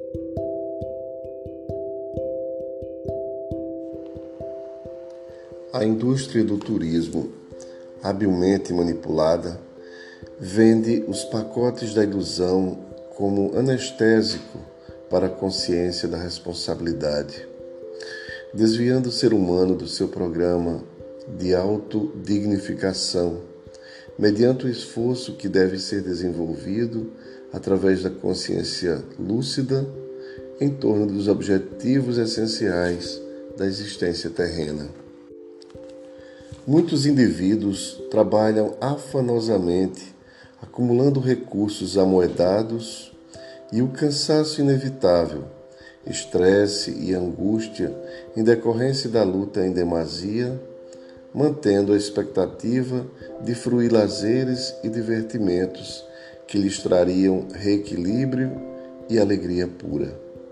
A indústria do turismo, habilmente manipulada, vende os pacotes da ilusão como anestésico para a consciência da responsabilidade, desviando o ser humano do seu programa de autodignificação, mediante o esforço que deve ser desenvolvido através da consciência lúcida em torno dos objetivos essenciais da existência terrena. Muitos indivíduos trabalham afanosamente, acumulando recursos amoedados e o cansaço inevitável, estresse e angústia em decorrência da luta em demasia, mantendo a expectativa de fruir lazeres e divertimentos que lhes trariam reequilíbrio e alegria pura.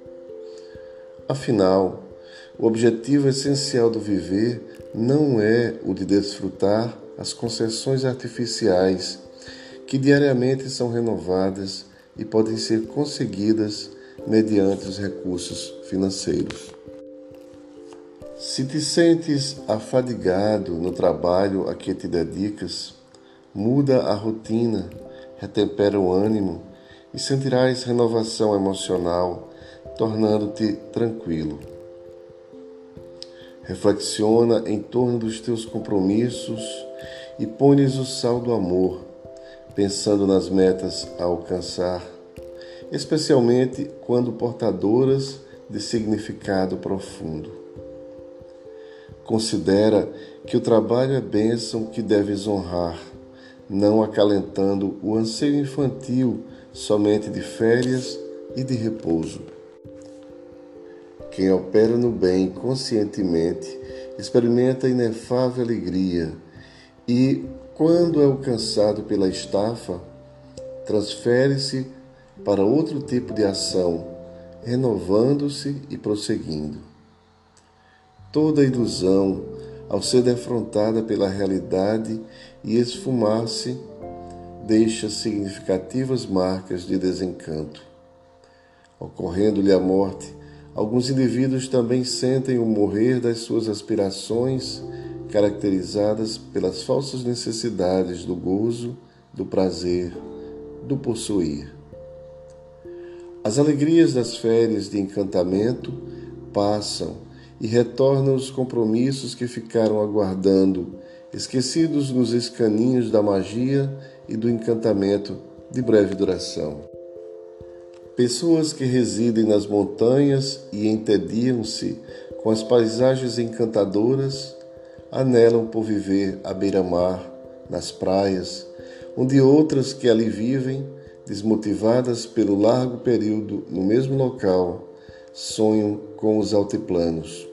Afinal, o objetivo essencial do viver não é o de desfrutar as concessões artificiais que diariamente são renovadas e podem ser conseguidas mediante os recursos financeiros. Se te sentes afadigado no trabalho a que te dedicas, muda a rotina, retempera o ânimo e sentirás renovação emocional, tornando-te tranquilo. Reflexiona em torno dos teus compromissos e põe-lhes o sal do amor, pensando nas metas a alcançar, especialmente quando portadoras de significado profundo. Considera que o trabalho é bênção que deves honrar, não acalentando o anseio infantil somente de férias e de repouso. Quem opera no bem conscientemente experimenta inefável alegria e, quando é alcançado pela estafa, transfere-se para outro tipo de ação, renovando-se e prosseguindo. Toda ilusão, ao ser defrontada pela realidade e esfumar-se, deixa significativas marcas de desencanto. Ocorrendo-lhe a morte, alguns indivíduos também sentem o morrer das suas aspirações, caracterizadas pelas falsas necessidades do gozo, do prazer, do possuir. As alegrias das férias de encantamento passam e retornam os compromissos que ficaram aguardando, esquecidos nos escaninhos da magia e do encantamento de breve duração. Pessoas que residem nas montanhas e entediam-se com as paisagens encantadoras, anelam por viver à beira-mar, nas praias, onde outras que ali vivem, desmotivadas pelo largo período no mesmo local, sonham com os altiplanos.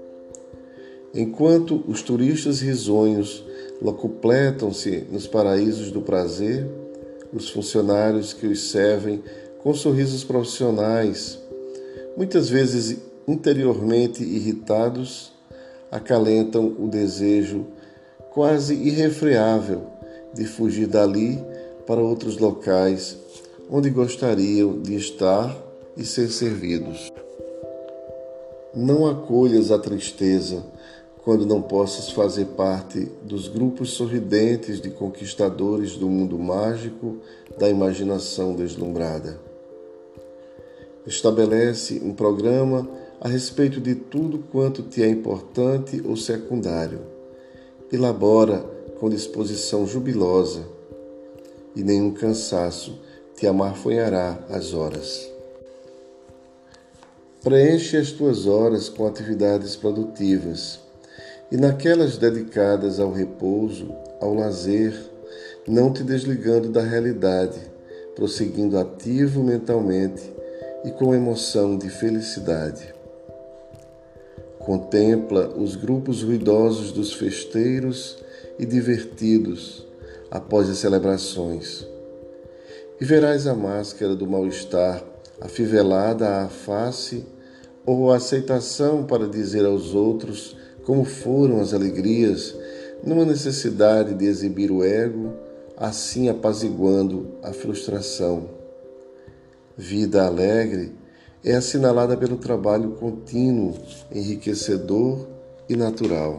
Enquanto os turistas risonhos locupletam-se nos paraísos do prazer, os funcionários que os servem com sorrisos profissionais, muitas vezes interiormente irritados, acalentam o desejo quase irrefreável de fugir dali para outros locais onde gostariam de estar e ser servidos. Não acolhas a tristeza quando não possas fazer parte dos grupos sorridentes de conquistadores do mundo mágico da imaginação deslumbrada. Estabelece um programa a respeito de tudo quanto te é importante ou secundário. Elabora com disposição jubilosa e nenhum cansaço te amarfanhará as horas. Preenche as tuas horas com atividades produtivas e naquelas dedicadas ao repouso, ao lazer, não te desligando da realidade, prosseguindo ativo mentalmente e com emoção de felicidade. Contempla os grupos ruidosos dos festeiros e divertidos após as celebrações, e verás a máscara do mal-estar afivelada à face ou a aceitação para dizer aos outros como foram as alegrias, numa necessidade de exibir o ego, assim apaziguando a frustração. Vida alegre é assinalada pelo trabalho contínuo, enriquecedor e natural.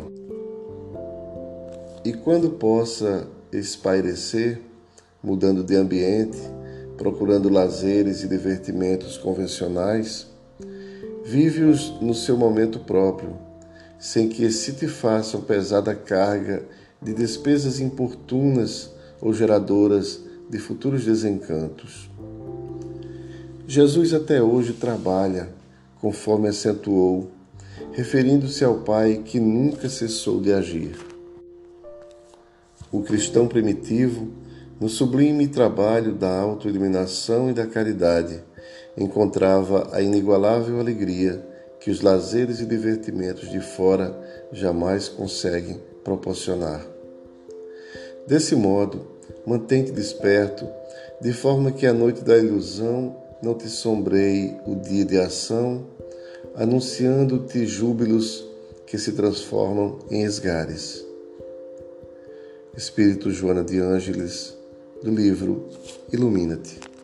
E quando possa espairecer, mudando de ambiente, procurando lazeres e divertimentos convencionais, vive-os no seu momento próprio, sem que se te façam pesada carga de despesas importunas ou geradoras de futuros desencantos. Jesus até hoje trabalha, conforme acentuou, referindo-se ao Pai que nunca cessou de agir. O cristão primitivo, no sublime trabalho da autoeliminação e da caridade, encontrava a inigualável alegria que os lazeres e divertimentos de fora jamais conseguem proporcionar. Desse modo, mantém-te desperto, de forma que a noite da ilusão não te sombreie o dia de ação, anunciando-te júbilos que se transformam em esgares. Espírito Joana de Ângeles, do livro Ilumina-te.